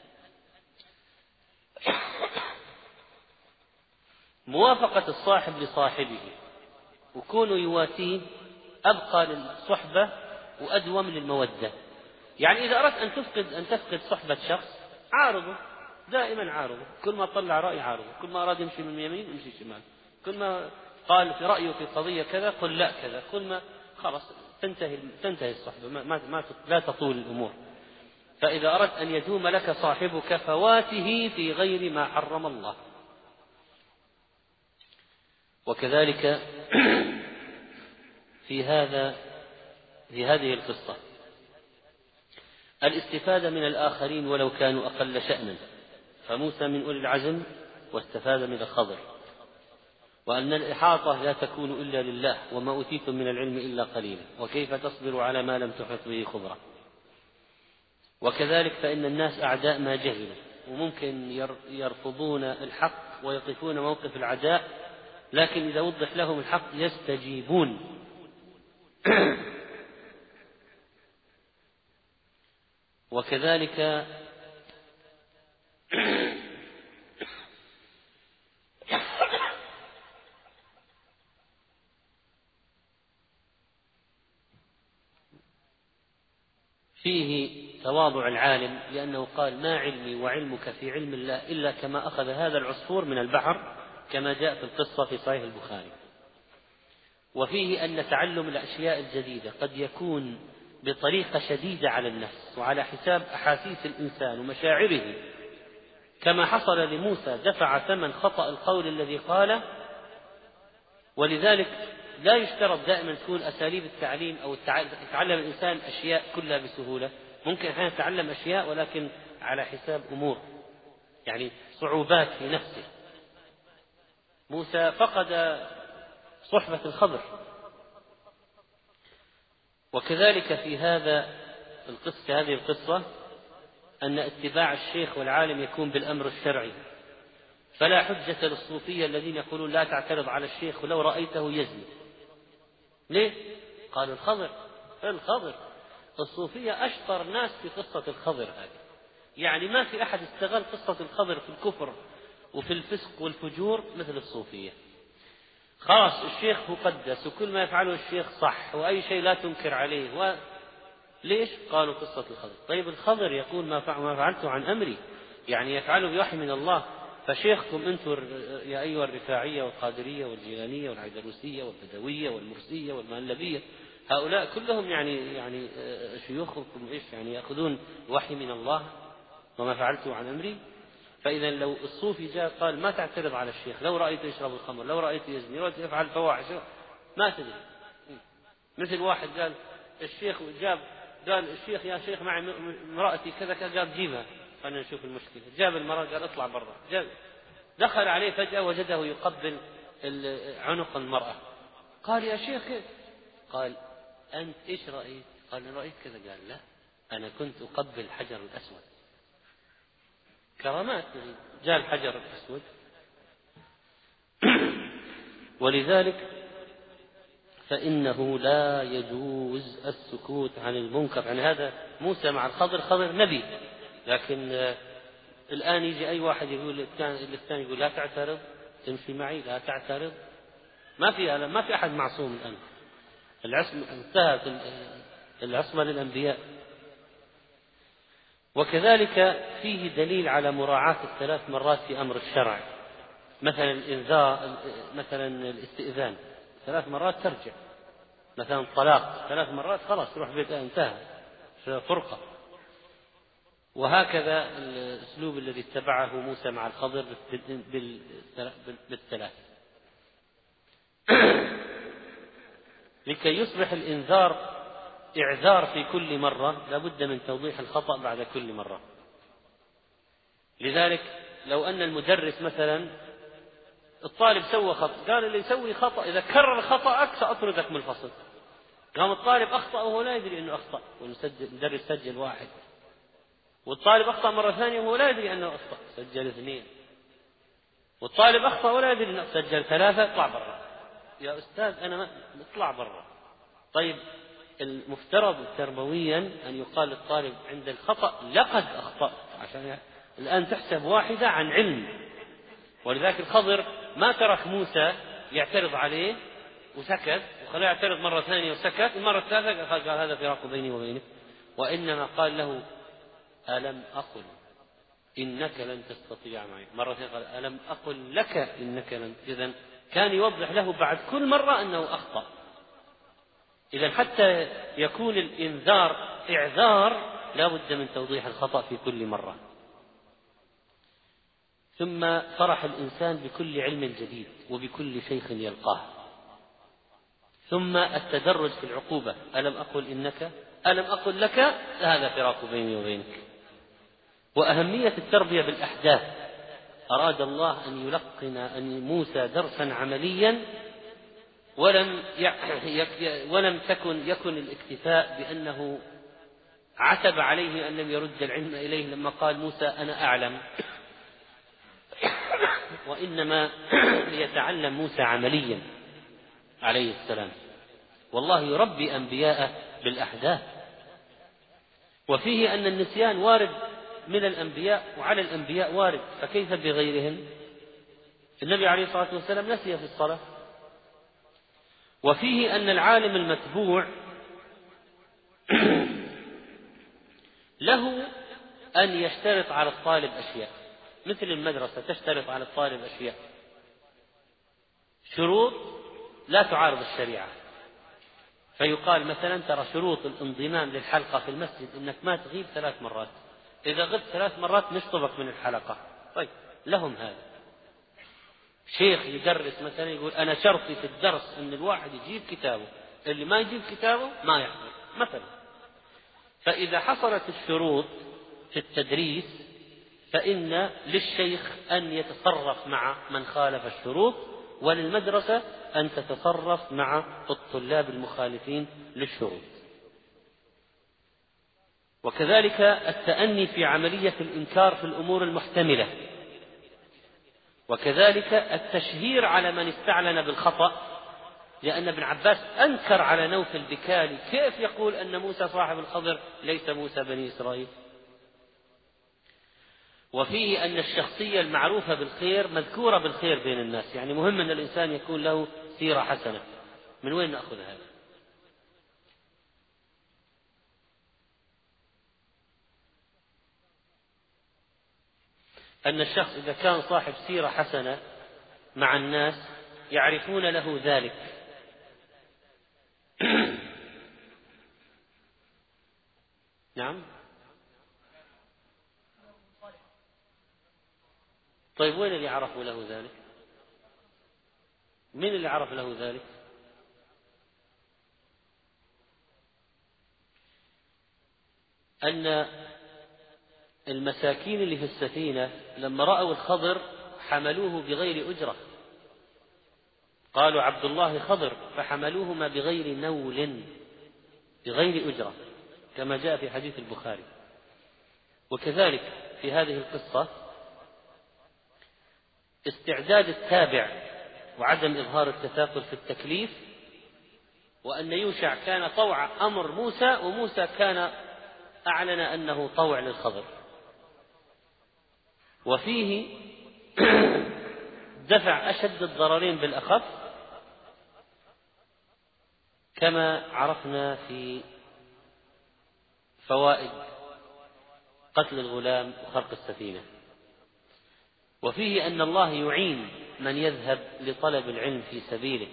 Speaker 1: موافقة الصاحب لصاحبه وكونه يواسيه أبقى للصحبة وأدوم للمودة. يعني إذا أردت أن تفقد أن تفقد صحبة شخص عارضه، دائما عارضه، كل ما طلع رأي عارضه، كل ما أراد يمشي من يمين يمشي شمال، كل ما قال في رأيه في قضية كذا قل لا كذا، كل ما خلاص تنتهي تنتهي الصحبة، ما ما ما لا تطول الأمور. فإذا أردت أن يدوم لك صاحبك فواته في غير ما حرم الله. وكذلك في هذا في هذه القصة الاستفادة من الآخرين ولو كانوا أقل شأنا، فموسى من أولي العزم واستفاد من الخضر، وأن الإحاطة لا تكون إلا لله، وما أوتيتم من العلم إلا قليلا، وكيف تصبر على ما لم تحط به خبرة. وكذلك فإن الناس أعداء ما جهلوا، وممكن يرفضون الحق ويقفون موقف العداء، لكن إذا وضح لهم الحق يستجيبون. وكذلك فيه تواضع العالم، لأنه قال ما علمي وعلمك في علم الله إلا كما أخذ هذا العصفور من البحر، كما جاء في القصة في صحيح البخاري. وفيه أن تعلم الأشياء الجديدة قد يكون بطريقة شديدة على النفس وعلى حساب أحاسيس الإنسان ومشاعره، كما حصل لموسى، دفع ثمن خطأ القول الذي قاله. ولذلك لا يشترط دائما تكون أساليب التعليم أو يتعلم الإنسان أشياء كلها بسهولة، ممكن أحيانا يتعلم أشياء ولكن على حساب أمور، يعني صعوبات في نفسه. موسى فقد صحبة الخضر. وكذلك في هذا القصة هذه القصة أن اتباع الشيخ والعالم يكون بالأمر الشرعي، فلا حجة للصوفية الذين يقولون لا تعترض على الشيخ ولو رأيته يزني. ليه؟ قالوا الخضر الخضر الصوفية أشطر ناس في قصة الخضر هذه، يعني ما في أحد استغل قصة الخضر في الكفر وفي الفسق والفجور مثل الصوفية. خلاص الشيخ مقدس وكل ما يفعله الشيخ صح وأي شيء لا تنكر عليه. و... ليش؟ قالوا قصة الخضر. طيب الخضر يقول ما فعلته عن أمري، يعني يفعله بوحي من الله. فشيخكم أنتم يا أيها الرفاعية والقادرية والجيلانية والعيدروسية والبدوية والمرسية والمهلبية، هؤلاء كلهم يعني يعني شيوخكم إيش يعني يأخذون وحي من الله وما فعلته عن أمري. فإذا لو الصوفي جاء قال ما تعترض على الشيخ، لو رأيته يشرب الخمر، لو رأيته يزني، لو رأيته يفعل فواحش، ما تدري. مثل واحد قال الشيخ جاب قال الشيخ يا شيخ معي امرأتي كذا كذا، قال جيبها خلينا نشوف المشكلة. جاب المرأة قال اطلع برا. جاب دخل عليه فجأة وجده يقبل عنق المرأة. قال يا شيخ، قال أنت إيش رأيت؟ قال أنا رأيت كذا. قال لا أنا كنت أقبل الحجر الأسود. كرامات، جاء الحجر الأسود. ولذلك فإنه لا يجوز السكوت عن المنكر. يعني هذا موسى مع الخضر، خضر نبي، لكن الآن يجي أي واحد يقول الثاني يقول لا تعترض، تمشي معي لا تعترض. ما في ما في أحد معصوم الآن، العصمة انتهت، العصمة للأنبياء. وكذلك فيه دليل على مراعاة الثلاث مرات في أمر الشرع، مثلا الإنذار، مثلا الاستئذان ثلاث مرات ترجع، مثلا الطلاق ثلاث مرات خلاص تروح بيتها انتهى فرقة. وهكذا الأسلوب الذي اتبعه موسى مع الخضر بالثلاث. لكي يصبح الإنذار إعذار في كل مرة لابد من توضيح الخطأ بعد كل مرة. لذلك لو أن المدرس مثلا الطالب سوى خطأ، قال اللي يسوي خطأ إذا كرر خطأك سأطردك من الفصل. قام الطالب أخطأ وهو لا يدري أنه أخطأ، والمدرس سجل واحد والطالب أخطأ مرة ثانية وهو لا يدري أنه أخطأ، سجل اثنين. والطالب أخطأ ولا يدري أنه سجل ثلاثة، اطلع برا يا أستاذ، أنا ما اطلع برا. طيب المفترض تربويا أن يقال للطالب عند الخطأ لقد أخطأت، عشان الآن تحسب واحدة عن علم. ولذلك الخضر ما ترك موسى يعترض عليه وسكت، وخلاه يعترض مرة ثانية وسكت، المرة الثالثة قال هذا فراق بيني وبينك، وإنما قال له ألم أقل إنك لن تستطيع معي، مرة ثانية قال ألم أقل لك إنك لن. إذن كان يوضح له بعد كل مرة أنه أخطأ. إذن حتى يكون الإنذار إعذار لا بد من توضيح الخطأ في كل مرة. ثم فرح الإنسان بكل علم جديد وبكل شيخ يلقاه. ثم التدرج في العقوبة، ألم أقل إنك ألم أقل لك، هذا فراق بيني وبينك. وأهمية التربية بالأحداث، أراد الله أن يلقن أن موسى درسا عمليا، ولم ولم تكن يكن الاكتفاء بأنه عتب عليه أن لم يرد العلم إليه لما قال موسى أنا أعلم، وإنما يتعلم موسى عمليا عليه السلام. والله يربي أنبياءه بالأحداث. وفيه أن النسيان وارد من الأنبياء وعلى الأنبياء وارد، فكيف بغيرهم؟ النبي عليه الصلاة والسلام نسي في الصلاة. وفيه أن العالم المتبوع له أن يشترط على الطالب أشياء، مثل المدرسة تشترط على الطالب أشياء، شروط لا تعارض الشريعة. فيقال مثلا ترى شروط الانضمام للحلقة في المسجد إنك ما تغيب ثلاث مرات، إذا غبت ثلاث مرات نشطبك من الحلقة. طيب لهم هذا. شيخ يدرس مثلا يقول أنا شرطي في الدرس أن الواحد يجيب كتابه، اللي ما يجيب كتابه ما يحضر مثلا. فإذا حصلت الشروط في التدريس فإن للشيخ أن يتصرف مع من خالف الشروط، وللمدرسة أن تتصرف مع الطلاب المخالفين للشروط. وكذلك التأني في عملية الإنكار في الأمور المحتملة، وكذلك التشهير على من استعلن بالخطأ، لأن ابن عباس أنكر على نوف البكالي كيف يقول أن موسى صاحب الخضر ليس موسى بني إسرائيل. وفيه أن الشخصية المعروفة بالخير مذكورة بالخير بين الناس، يعني مهم أن الإنسان يكون له سيرة حسنة. من وين نأخذ هذا؟ أن الشخص إذا كان صاحب سيرة حسنة مع الناس يعرفون له ذلك. نعم. طيب وين اللي عرفوا له ذلك؟ من اللي عرف له ذلك؟ أن المساكين اللي في السفينة لما رأوا الخضر حملوه بغير أجرة، قالوا عبد الله خضر، فحملوهما بغير نول بغير أجرة كما جاء في حديث البخاري. وكذلك في هذه القصة استعداد التابع وعدم إظهار التثاقل في التكليف، وأن يوشع كان طوع أمر موسى وموسى كان أعلن أنه طوع للخضر. وفيه دفع أشد الضررين بالأخف كما عرفنا في فوائد قتل الغلام وخرق السفينة. وفيه أن الله يعين من يذهب لطلب العلم في سبيله،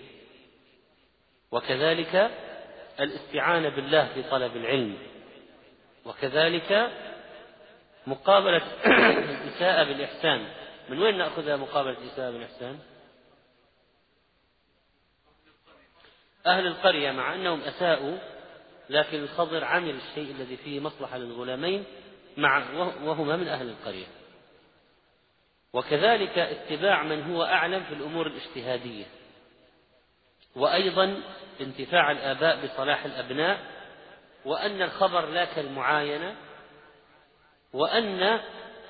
Speaker 1: وكذلك الاستعانة بالله في طلب العلم، وكذلك مقابلة الإساءة بالإحسان. من وين نأخذها مقابلة الإساءة بالإحسان؟ أهل القرية مع أنهم أساءوا، لكن الخضر عمل الشيء الذي فيه مصلحة للغلامين مع وهما من أهل القرية. وكذلك اتباع من هو أعلم في الأمور الاجتهادية، وأيضا انتفاع الآباء بصلاح الأبناء، وأن الخبر لا كالمعاينة، وأن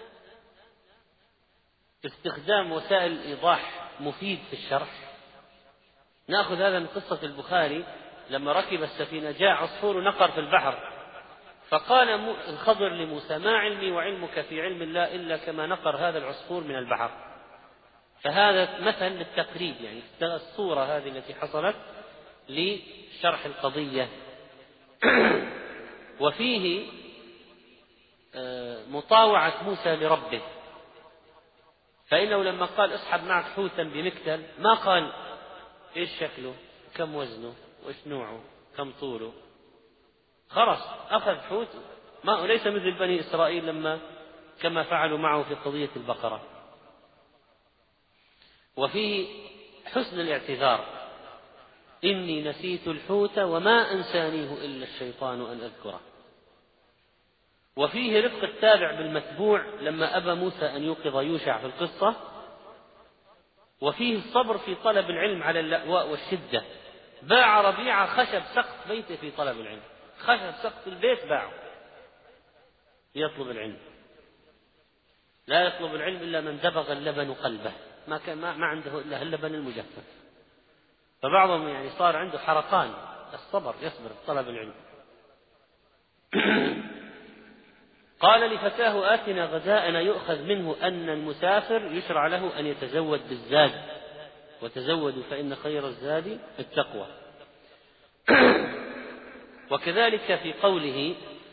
Speaker 1: استخدام وسائل الإيضاح مفيد في الشرح. نأخذ هذا من قصة البخاري لما ركب السفينة جاء عصفور نقر في البحر، فقال الخضر لموسى: ما علمي وعلمك في علم الله إلا كما نقر هذا العصفور من البحر. فهذا مثل للتقريب، يعني الصورة هذه التي حصلت لشرح القضية. وفيه مطاوعة موسى لربه، فإنه لما قال: اسحب معك حوتا بمكتل، ما قال إيش شكله، كم وزنه، وإيش نوعه، كم طوله. خلاص أخذ حوت، ما ليس مثل بني إسرائيل لما كما فعلوا معه في قضية البقرة. وفيه حسن الاعتذار: إني نسيت الحوت وما أنسانيه إلا الشيطان أن أذكره. وفيه رفق التابع بالمتبوع لما أبى موسى أن يوقظ يوشع في القصة. وفيه الصبر في طلب العلم على اللأواء والشدة. باع ربيعة خشب سقف بيته في طلب العلم، خشب سقف البيت باعه ليطلب العلم. لا يطلب العلم إلا من دبغ اللبن قلبه، ما كان ما عنده إلا اللبن المجفف. فبعضهم يعني صار عنده حرقان الصبر، يصبر في طلب العلم. قال لفتاه: آتنا غداءنا. يؤخذ منه أن المسافر يشرع له أن يتزود بالزاد، وتزودوا فإن خير الزاد التقوى. وكذلك في قوله: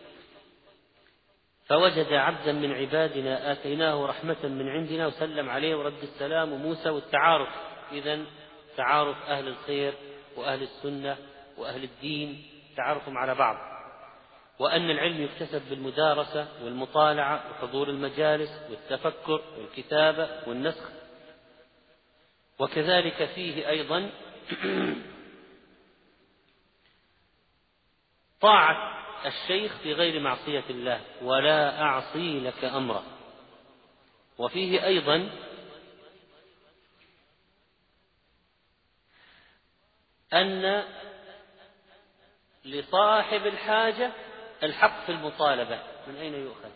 Speaker 1: فوجد عبدا من عبادنا آتيناه رحمة من عندنا، وسلم عليه ورد السلام وموسى، والتعارف. إذن تعارف أهل الخير وأهل السنة وأهل الدين، تعارفهم على بعض. وأن العلم يكتسب بالمدارسة والمطالعة وحضور المجالس والتفكر والكتابة والنسخ. وكذلك فيه أيضا طاعة الشيخ في غير معصية الله: ولا أعصي لك أمرا. وفيه أيضا أن لصاحب الحاجة الحق في المطالبة. من أين يؤخذ؟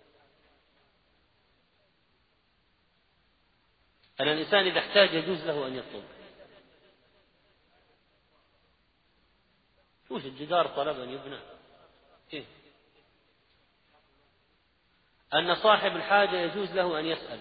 Speaker 1: أن الإنسان إذا احتاج يجوز له أن يطلب. وش الجدار طلب أن يبنى؟ إيه؟ أن صاحب الحاجة يجوز له أن يسأل.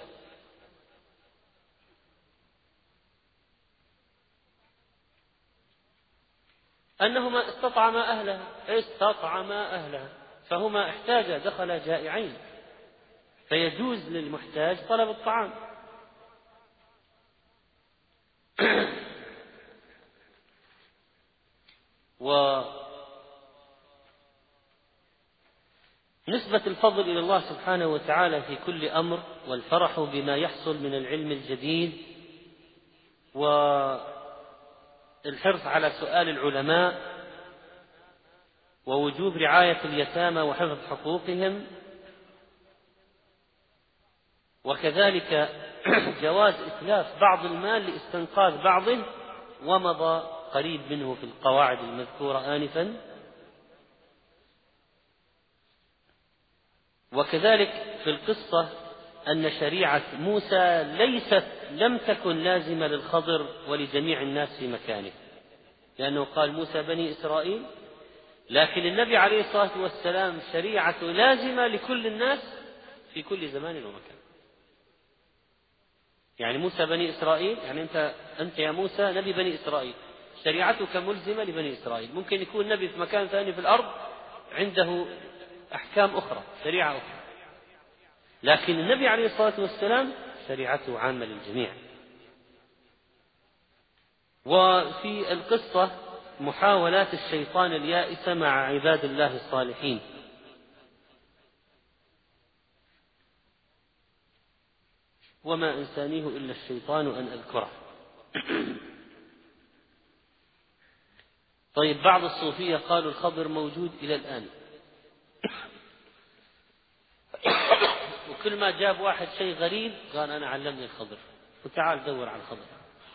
Speaker 1: أنهما استطعما أهلها استطعما أهلها فهما احتاجا، دخل جائعين، فيجوز للمحتاج طلب الطعام. ونسبة الفضل إلى الله سبحانه وتعالى في كل أمر، والفرح بما يحصل من العلم الجديد، والحرص على سؤال العلماء، ووجوب رعاية اليتامى وحفظ حقوقهم، وكذلك جواز إتلاف بعض المال لاستنقاذ بعضه، ومضى قريب منه في القواعد المذكورة آنفا. وكذلك في القصة أن شريعة موسى ليست لم تكن لازمة للخضر ولجميع الناس في مكانه، لأنه قال موسى بني إسرائيل، لكن النبي عليه الصلاة والسلام شريعة لازمة لكل الناس في كل زمان ومكان. يعني موسى بني إسرائيل، يعني أنت, أنت يا موسى نبي بني إسرائيل، شريعتك ملزمة لبني إسرائيل. ممكن يكون نبي في مكان ثاني في الأرض عنده أحكام أخرى، شريعة أخرى، لكن النبي عليه الصلاة والسلام شريعته عامة للجميع. وفي القصة محاولات الشيطان اليائسة مع عباد الله الصالحين. وما أنسانيه إلا الشيطان أن أذكره. طيب، بعض الصوفية قالوا الخضر موجود إلى الآن، وكل ما جاب واحد شيء غريب قال أنا علمني الخضر، وتعال دور على الخضر.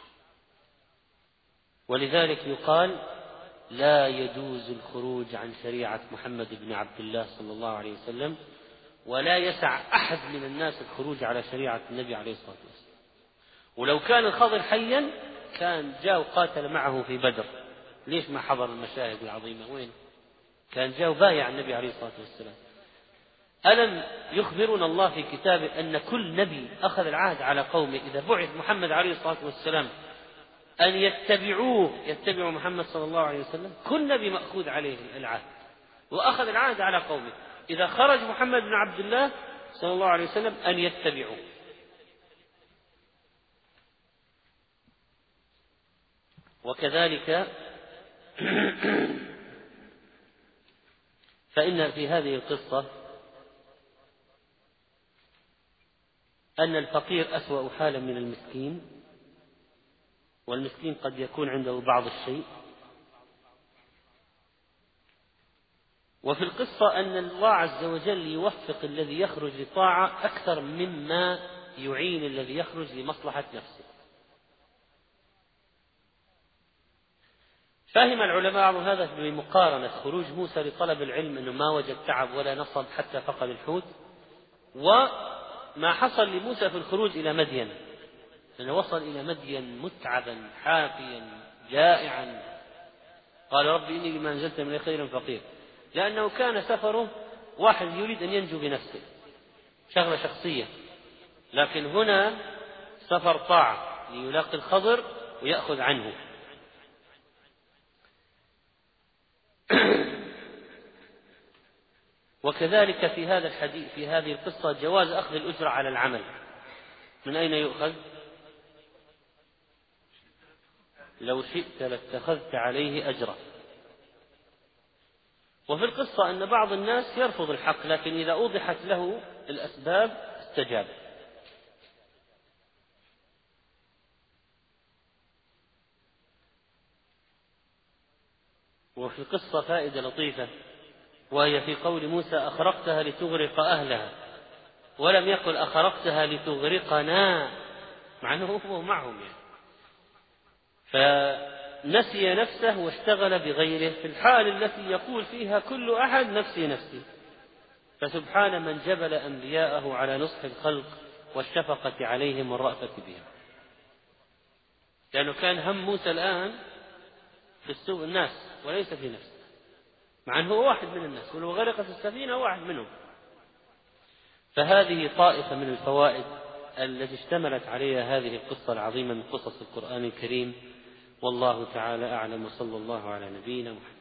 Speaker 1: ولذلك يقال لا يجوز الخروج عن شريعة محمد بن عبد الله صلى الله عليه وسلم، ولا يسع أحد من الناس الخروج على شريعة النبي عليه الصلاة والسلام. ولو كان الخضر حيا كان جاء وقاتل معه في بدر، ليش ما حضر المشاهد العظيمة؟ وين كان جاء وبايع النبي عليه الصلاة والسلام. ألم يخبرنا الله في كتابه أن كل نبي أخذ العهد على قومه إذا بعث محمد عليه الصلاة والسلام أن يتبعوه، يتبعوا محمد صلى الله عليه وسلم. كل نبي مأخوذ عليه العهد وأخذ العهد على قومه إذا خرج محمد بن عبد الله صلى الله عليه وسلم أن يتبعوه. وكذلك فإن في هذه القصة أن الفقير أسوأ حالا من المسكين، والمسكين قد يكون عنده بعض الشيء. وفي القصة أن الله عز وجل يوفق الذي يخرج لطاعة أكثر مما يعين الذي يخرج لمصلحة نفسه. فهم العلماء هذا بمقارنة خروج موسى لطلب العلم أنه ما وجد تعب ولا نصب حتى فقد الحوت، وما حصل لموسى في الخروج إلى مدين، لأنه وصل إلى مدين متعبا حافيا جائعا، قال ربي إني لما أنزلت من خير فقير، لأنه كان سفره واحد يريد أن ينجو بنفسه، شغلة شخصية. لكن هنا سفر طاعة ليلاقي الخضر ويأخذ عنه. وكذلك في هذا الحديث في هذه القصة جواز أخذ الأجرة على العمل. من أين يؤخذ؟ لو شئت لاتخذت عليه أجرا. وفي القصة أن بعض الناس يرفض الحق، لكن إذا أوضحت له الأسباب استجاب. وفي القصة فائدة لطيفة، وهي في قول موسى أخرقتها لتغرق أهلها، ولم يقل أخرقتها لتغرقنا، مع أنه هو معهم يعني. فنسي نفسه واشتغل بغيره في الحال التي يقول فيها كل أحد نفسي نفسي. فسبحان من جبل أنبياءه على نصح الخلق والشفقة عليهم والرأفة بهم. لأنه كان هم موسى الآن في السوء الناس وليس في نفسه، مع أنه هو واحد من الناس، ولو غرقت السفينة واحد منهم. فهذه طائفة من الفوائد التي اشتملت عليها هذه القصة العظيمة من قصص القرآن الكريم. والله تعالى أعلم، وصلى الله على نبينا محمد.